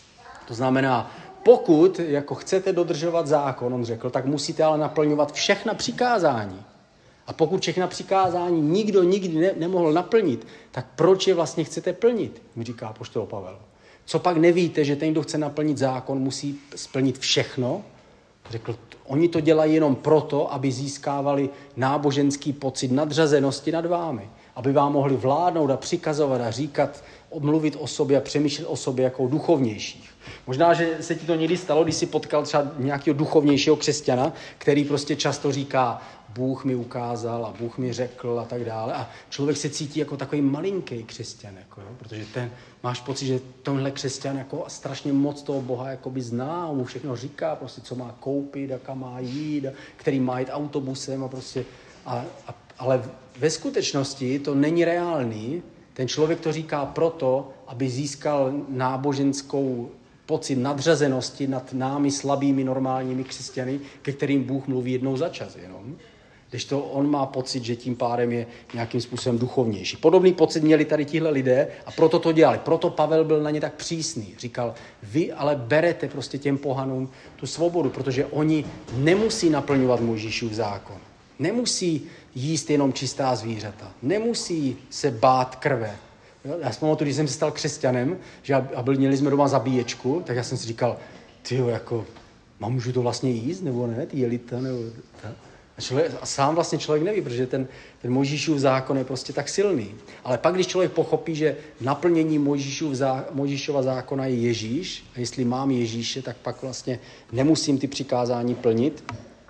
To znamená, pokud jako chcete dodržovat zákon, on řekl, tak musíte ale naplňovat všechna přikázání. A pokud všechna přikázání nikdo nikdy ne, nemohl naplnit, tak proč je vlastně chcete plnit, mi říká apoštol Pavel. Co pak nevíte, že ten, kdo chce naplnit zákon, musí splnit všechno? Řekl, oni to dělají jenom proto, aby získávali náboženský pocit nadřazenosti nad vámi. Aby vám mohli vládnout a přikazovat a říkat, mluvit o sobě a přemýšlet o sobě jako o duchovnějších. Možná, že se ti to někdy stalo, když jsi potkal třeba nějakého duchovnějšího křesťana, který prostě často říká, Bůh mi ukázal a Bůh mi řekl a tak dále. A člověk se cítí jako takový malinký křesťan, jako, jo? Protože ten, máš pocit, že tenhle křesťan jako strašně moc toho Boha jakoby zná, on mu všechno říká, prostě, co má koupit a kam má jít, a který má jít autobusem a prostě, a, a, ale ve skutečnosti to není reálný. Ten člověk to říká proto, aby získal náboženskou pocit nadřazenosti nad námi slabými normálními křesťany, ke kterým Bůh mluví jednou za čas jenom. Když to on má pocit, že tím pádem je nějakým způsobem duchovnější. Podobný pocit měli tady tihle lidé a proto to dělali. Proto Pavel byl na ně tak přísný. Říkal, vy ale berete prostě těm pohanům tu svobodu, protože oni nemusí naplňovat Mojžíšův zákon. Nemusí jíst jenom čistá zvířata. Nemusí se bát krve. Já si pamatuju, když jsem se stal křesťanem, že a byl, měli jsme doma zabíječku, tak já jsem si říkal, tyjo, jako, mám můžu to vlastně jíst, nebo ne, ty jelita, nebo ta. A, člověk, a sám vlastně člověk neví, protože ten, ten Mojžíšův zákon je prostě tak silný. Ale pak, když člověk pochopí, že naplnění Mojžíšův zá, Mojžíšova zákona je Ježíš, a jestli mám Ježíše, tak pak vlastně nemusím ty přikázání plnit,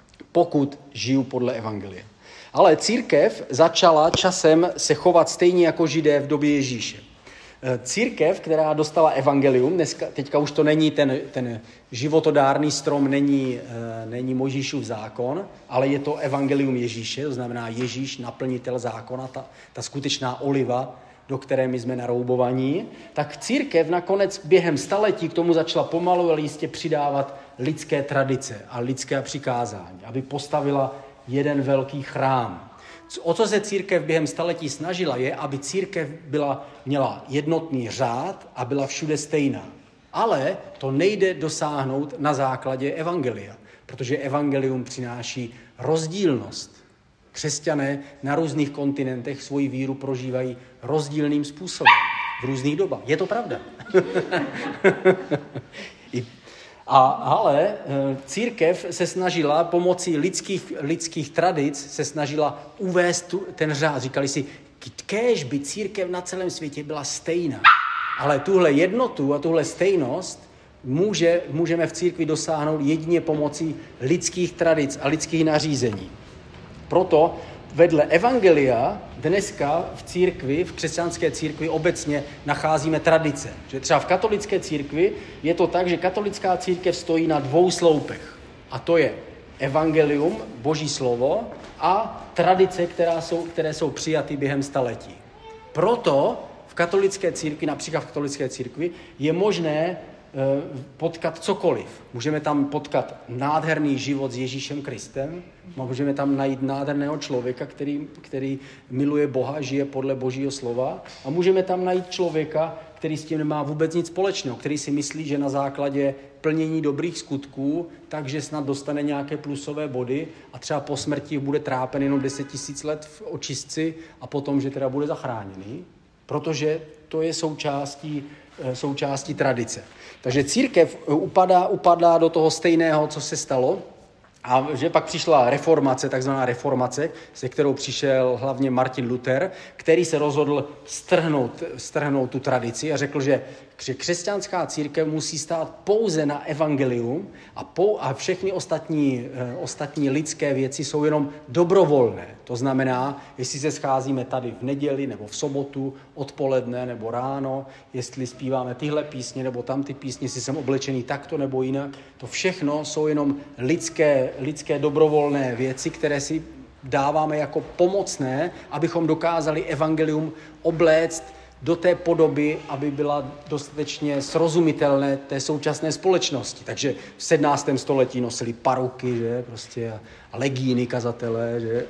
pokud žiju podle evangelia. Ale církev začala časem se chovat stejně jako Židé v době Ježíše. Církev, která dostala evangelium, dneska, teďka už to není ten, ten životodárný strom, není, není Mojžíšův zákon, ale je to evangelium Ježíše, to znamená Ježíš, naplnitel zákona, ta, ta skutečná oliva, do které my jsme naroubovaní, tak církev nakonec během staletí k tomu začala pomalu, ale jistě přidávat lidské tradice a lidské přikázání, aby postavila jeden velký chrám. O co se církev během staletí snažila je, aby církev byla, měla jednotný řád a byla všude stejná. Ale to nejde dosáhnout na základě evangelia, protože evangelium přináší rozdílnost. Křesťané na různých kontinentech svoji víru prožívají rozdílným způsobem v různých dobách. Je to pravda. A, ale církev se snažila pomocí lidských, lidských tradic se snažila uvést tu, ten řád. Říkali si, kéž by církev na celém světě byla stejná. Ale tuhle jednotu a tuhle stejnost může, můžeme v církvi dosáhnout jedině pomocí lidských tradic a lidských nařízení. Proto vedle evangelia dneska v církvi, v křesťanské církvi obecně nacházíme tradice. Že třeba v katolické církvi je to tak, že katolická církev stojí na dvou sloupech. A to je evangelium, Boží slovo, a tradice, která jsou, které jsou přijaty během staletí. Proto v katolické církvi, například v katolické církvi, je možné potkat cokoliv. Můžeme tam potkat nádherný život s Ježíšem Kristem, můžeme tam najít nádherného člověka, který, který miluje Boha, žije podle Božího slova, a můžeme tam najít člověka, který s tím nemá vůbec nic společného, který si myslí, že na základě plnění dobrých skutků, takže snad dostane nějaké plusové body a třeba po smrti bude trápen jenom deset tisíc let v očistci a potom, že teda bude zachráněný, protože to je součástí, součástí tradice. Takže církev upadá, upadá do toho stejného, co se stalo, a že pak přišla reformace, takzvaná reformace, se kterou přišel hlavně Martin Luther, který se rozhodl strhnout, strhnout tu tradici a řekl, že křesťanská církev musí stát pouze na evangelium a, pou, a všechny ostatní, ostatní lidské věci jsou jenom dobrovolné. To znamená, jestli se scházíme tady v neděli nebo v sobotu, odpoledne nebo ráno, jestli zpíváme tyhle písně nebo tam ty písně, jestli jsem oblečený takto nebo jinak, to všechno jsou jenom lidské, lidské dobrovolné věci, které si dáváme jako pomocné, abychom dokázali evangelium obléct do té podoby, aby byla dostatečně srozumitelné té současné společnosti. Takže v sedmnáctém století nosili paruky, že, prostě, a legíny kazatelé, že,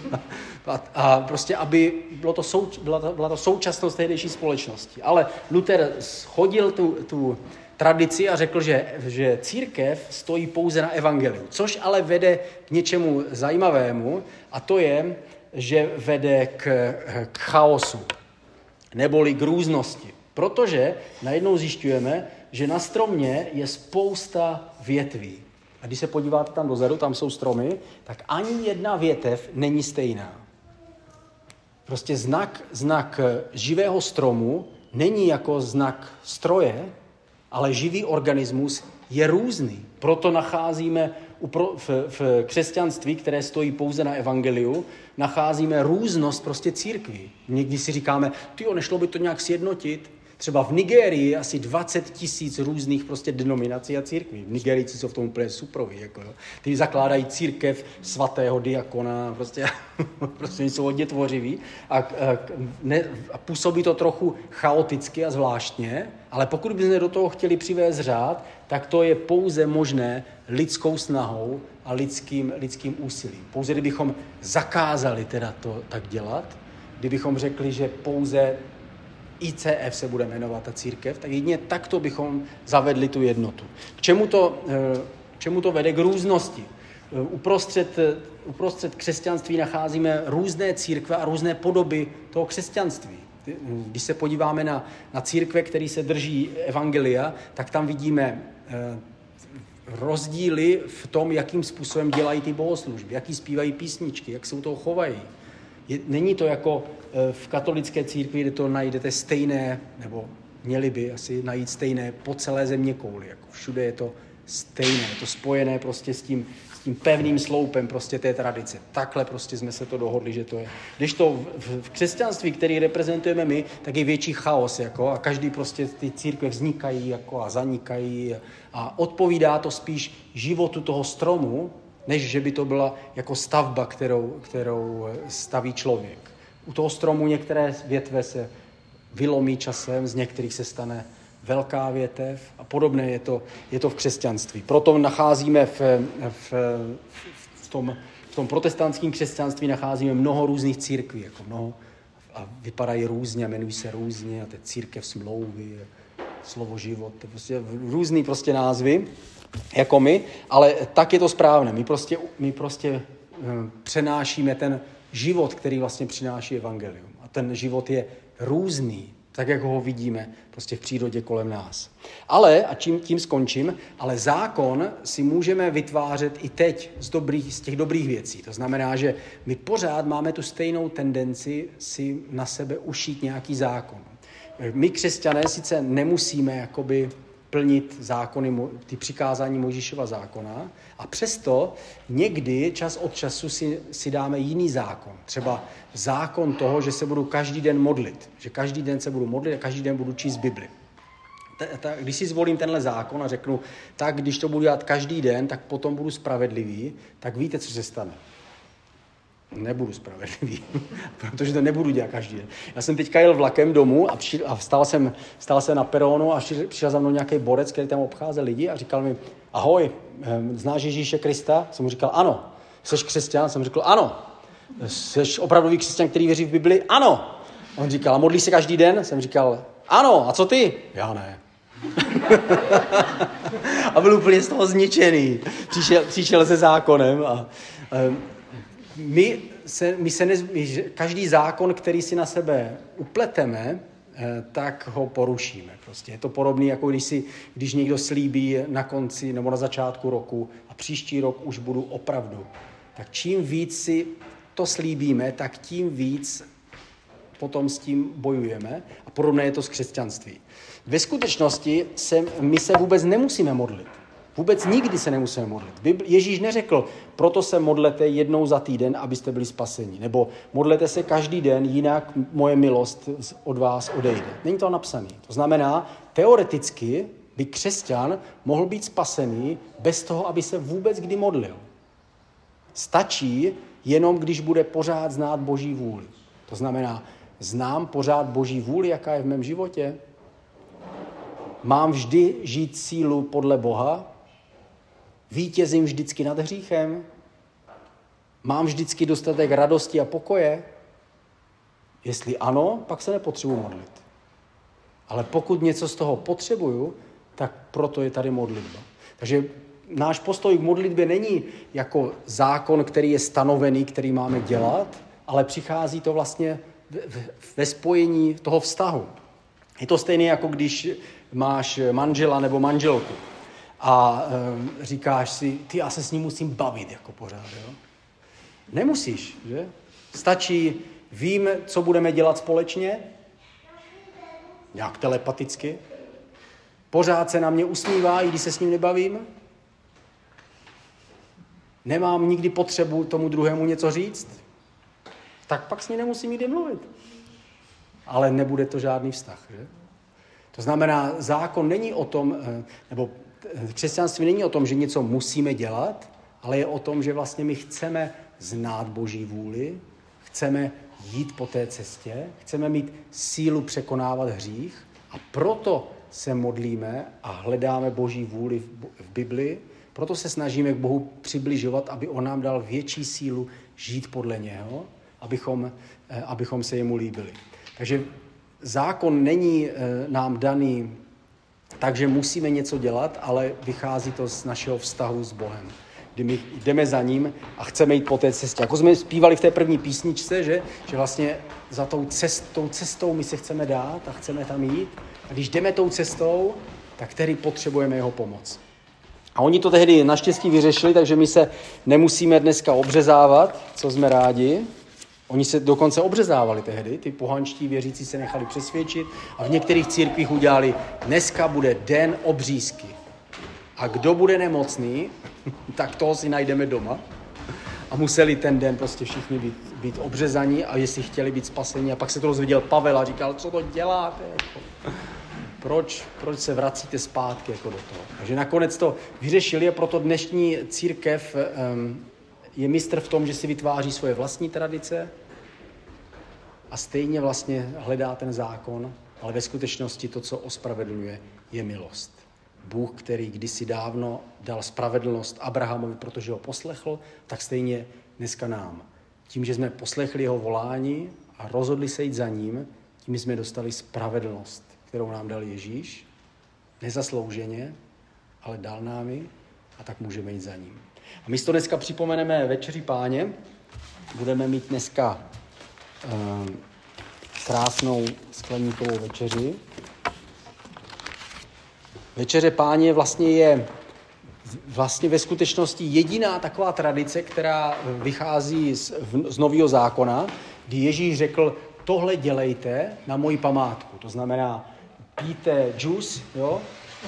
a, a prostě, aby bylo to sou, byla, to, byla to současnost tehdejší společnosti. Ale Luther shodil tu, tu tradici a řekl, že, že církev stojí pouze na evangeliu, což ale vede k něčemu zajímavému, a to je, že vede k, k chaosu. Neboli k různosti. Protože najednou zjišťujeme, že na stromě je spousta větví. A když se podíváte tam dozadu, tam jsou stromy, tak ani jedna větev není stejná. Prostě znak, znak živého stromu není jako znak stroje, ale živý organismus je různý. Proto nacházíme v, v křesťanství, které stojí pouze na evangeliu, nacházíme různost prostě církví. Někdy si říkáme, tyjo, nešlo by to nějak sjednotit. Třeba v Nigérii je asi dvacet tisíc různých prostě denominací a církví. V Nigerijci jsou v tom úplně suproví. Jako, jo. Ty zakládají církev svatého diakona, prostě, prostě jsou hodně tvořiví a, a, ne, a působí to trochu chaoticky a zvláštně, ale pokud bychom do toho chtěli přivést řád, tak to je pouze možné lidskou snahou a lidským, lidským úsilím. Pouze kdybychom zakázali teda to tak dělat, kdybychom řekli, že pouze I C F se bude jmenovat ta církev, tak jedině takto bychom zavedli tu jednotu. K čemu to, k čemu to vede? K různosti. Uprostřed, uprostřed křesťanství nacházíme různé církve a různé podoby toho křesťanství. Když se podíváme na, na církve, které se drží evangelia, tak tam vidíme rozdíly v tom, jakým způsobem dělají ty bohoslužby, jaký zpívají písničky, jak se u toho chovají. Je, není to jako v katolické církvi, kde to najdete stejné, nebo měli by asi najít stejné po celé země kouli. Jako všude je to stejné, je to spojené prostě s tím, s tím pevným sloupem prostě té tradice. Takhle prostě jsme se to dohodli, že to je. Když to v, v křesťanství, který reprezentujeme my, tak je větší chaos, jako, a každý prostě ty církve vznikají jako, a zanikají a odpovídá to spíš životu toho stromu, než že by to byla jako stavba, kterou, kterou staví člověk. U toho stromu některé větve se vylomí časem, z některých se stane velká větev a podobné je to, je to v křesťanství. Proto nacházíme v, v, v, tom, v tom protestantském křesťanství nacházíme mnoho různých církví, jako mnoho, a vypadají různě, jmenují se různě, a to je církev smlouvy, slovo život, to je prostě různý prostě názvy, jako my, ale tak je to správné. My prostě, my prostě přenášíme ten život, který vlastně přináší evangelium. A ten život je různý, tak jak ho vidíme prostě v přírodě kolem nás. Ale, a čím, tím skončím, ale zákon si můžeme vytvářet i teď z, dobrých, z těch dobrých věcí. To znamená, že my pořád máme tu stejnou tendenci si na sebe ušít nějaký zákon. My křesťané sice nemusíme jakoby plnit zákony, ty přikázání Mojžíšova zákona a přesto někdy čas od času si, si dáme jiný zákon. Třeba zákon toho, že se budu každý den modlit. Že každý den se budu modlit a každý den budu číst Bibli. Když si zvolím tenhle zákon a řeknu, tak když to budu dělat každý den, tak potom budu spravedlivý, tak víte, co se stane. Nebudu spravedlivý, protože to nebudu dělat každý den. Já jsem teďka jel vlakem domů a, při, a stál, jsem, stál jsem na peronu a přišel za mnou nějaký borec, který tam obcházel lidi a říkal mi, ahoj, znáš Ježíše Krista? Jsem mu říkal, ano. Jseš křesťan? Jsem řekl, ano. Jseš opravdový křesťan, který věří v Bibli? Ano. On říkal, a modlíš se každý den? Jsem říkal, ano. A co ty? Já ne. A byl úplně z toho zničený. Přišel, přišel se zákonem a... Um, My se, my se nez, my, každý zákon, který si na sebe upleteme, tak ho porušíme. Prostě je to podobné, jako když, si, když někdo slíbí na konci nebo na začátku roku a příští rok už budu opravdu. Tak čím víc si to slíbíme, tak tím víc potom s tím bojujeme. A podobné je to s křesťanství. Ve skutečnosti se, my se vůbec nemusíme modlit. Vůbec nikdy se nemusíme modlit. Ježíš neřekl, proto se modlete jednou za týden, abyste byli spaseni. Nebo modlete se každý den, jinak moje milost od vás odejde. Není to napsané. To znamená, teoreticky by křesťan mohl být spasený bez toho, aby se vůbec kdy modlil. Stačí jenom, když bude pořád znát Boží vůli. To znamená, znám pořád Boží vůli, jaká je v mém životě. Mám vždy žít sílu podle Boha. Vítězím vždycky nad hříchem. Mám vždycky dostatek radosti a pokoje. Jestli ano, pak se nepotřebuji modlit. Ale pokud něco z toho potřebuju, tak proto je tady modlitba. Takže náš postoj k modlitbě není jako zákon, který je stanovený, který máme dělat, ale přichází to vlastně ve spojení toho vztahu. Je to stejné, jako když máš manžela nebo manželku a e, říkáš si, ty, já se s ním musím bavit jako pořád. Jo? Nemusíš, že? Stačí, vím, co budeme dělat společně, nějak telepaticky, pořád se na mě usmívá, i když se s ním nebavím, nemám nikdy potřebu tomu druhému něco říct, tak pak s ním nemusím nikdy mluvit. Ale nebude to žádný vztah, že? To znamená, zákon není o tom, nebo křesťanství není o tom, že něco musíme dělat, ale je o tom, že vlastně my chceme znát Boží vůli, chceme jít po té cestě, chceme mít sílu překonávat hřích a proto se modlíme a hledáme Boží vůli v Bibli, proto se snažíme k Bohu přibližovat, aby on nám dal větší sílu žít podle něho, abychom, abychom se jemu líbili. Takže zákon není nám daný tak, že musíme něco dělat, ale vychází to z našeho vztahu s Bohem, kdy my jdeme za ním a chceme jít po té cestě. Jako jsme zpívali v té první písničce, že, že vlastně za tou cestou, cestou my se chceme dát a chceme tam jít. A když jdeme tou cestou, tak tedy potřebujeme jeho pomoc. A oni to tehdy naštěstí vyřešili, takže my se nemusíme dneska obřezávat, co jsme rádi. Oni se dokonce obřezávali tehdy, ty pohanští věřící se nechali přesvědčit a v některých církvích udělali, dneska bude den obřízky. A kdo bude nemocný, tak toho si najdeme doma. A museli ten den prostě všichni být, být obřezaní a jestli chtěli být spaseni. A pak se to dozvěděl Pavel a říkal, co to děláte? Proč, proč se vracíte zpátky jako do toho? Takže nakonec to vyřešili a proto dnešní církev um, je mistr v tom, že si vytváří svoje vlastní tradice a stejně vlastně hledá ten zákon, ale ve skutečnosti to, co ospravedlňuje, je milost. Bůh, který kdysi dávno dal spravedlnost Abrahamovi, protože ho poslechl, tak stejně dneska nám. Tím, že jsme poslechli jeho volání a rozhodli se jít za ním, tím jsme dostali spravedlnost, kterou nám dal Ježíš, nezaslouženě, ale dal nám ji. a tak můžeme jít za ním. A my si to dneska připomeneme večeři Páně. Budeme mít dneska um, krásnou skleníkovou večeři. Večeře Páně vlastně je vlastně ve skutečnosti jediná taková tradice, která vychází z, z Nového zákona, kdy Ježíš řekl, tohle dělejte na moji památku. To znamená, pijte džus, jo?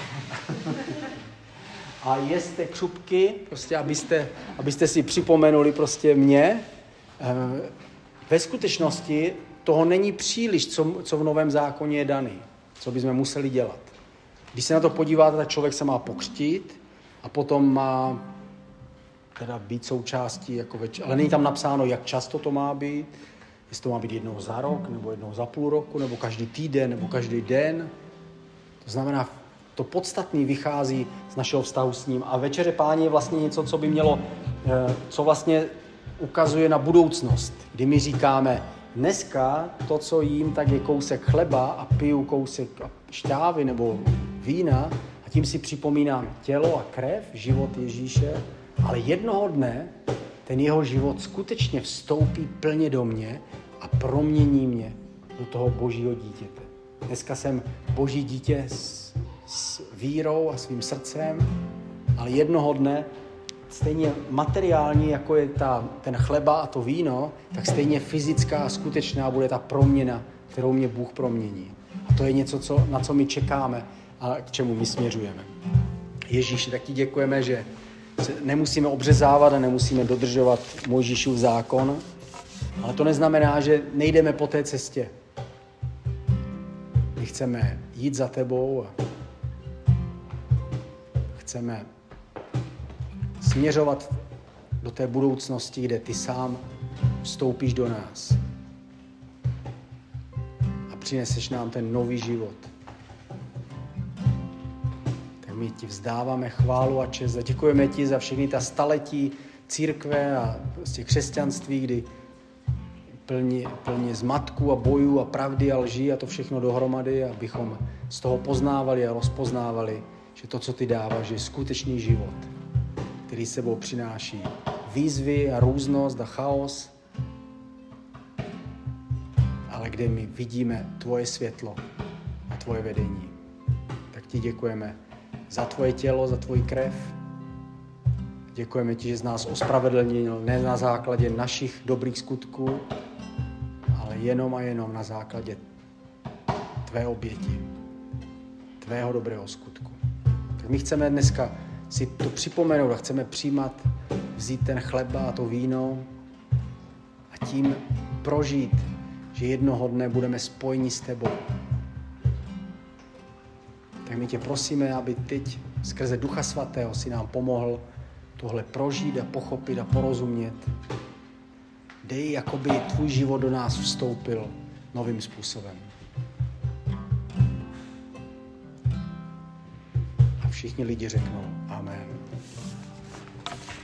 A jeste křupky, prostě abyste, abyste si připomenuli prostě mě. Ve skutečnosti toho není příliš, co, co v Novém zákoně je daný, co bychom museli dělat. Když se na to podíváte, tak člověk se má pokřtít a potom má teda být součástí, jako več- ale není tam napsáno, jak často to má být, jestli to má být jednou za rok, nebo jednou za půl roku, nebo každý týden, nebo každý den. To znamená, to podstatný vychází z našeho vztahu s ním. A večeře Páně je vlastně něco, co by mělo, co vlastně ukazuje na budoucnost, kdy my říkáme, dneska to, co jím, tak je kousek chleba a piju kousek šťávy nebo vína a tím si připomínám tělo a krev, život Ježíše, ale jednoho dne ten jeho život skutečně vstoupí plně do mě a promění mě do toho božího dítěte. Dneska jsem boží dítě s, s vírou a svým srdcem, ale jednoho dne stejně materiální, jako je ta, ten chleba a to víno, tak stejně fyzická a skutečná bude ta proměna, kterou mě Bůh promění. A to je něco, co, na co my čekáme a k čemu my směřujeme. Ježíši, tak ti děkujeme, že se nemusíme obřezávat a nemusíme dodržovat Mojžíšův zákon, ale to neznamená, že nejdeme po té cestě. My chceme jít za tebou a chceme směřovat do té budoucnosti, kde ty sám vstoupíš do nás a přineseš nám ten nový život. Tak my ti vzdáváme chválu a čest a děkujeme ti za všechny ta staletí církve a prostě křesťanství, kdy plně, plně zmatků a bojů a pravdy a lží a to všechno dohromady, abychom z toho poznávali a rozpoznávali, že to, co ty dáváš, je skutečný život, který sebou přináší výzvy a různost a chaos, ale kde my vidíme tvoje světlo a tvoje vedení. Tak ti děkujeme za tvoje tělo, za tvoji krev. Děkujeme ti, že z nás ospravedlnil ne na základě našich dobrých skutků, ale jenom a jenom na základě tvé oběti, tvého dobrého skutku. Tak my chceme dneska si to připomenout a chceme přijímat, vzít ten chleba a to víno a tím prožít, že jednoho dne budeme spojeni s tebou. Tak my tě prosíme, aby teď skrze Ducha Svatého si nám pomohl tohle prožít a pochopit a porozumět. Dej, jakoby tvůj život do nás vstoupil novým způsobem. A všichni lidi řeknou amen.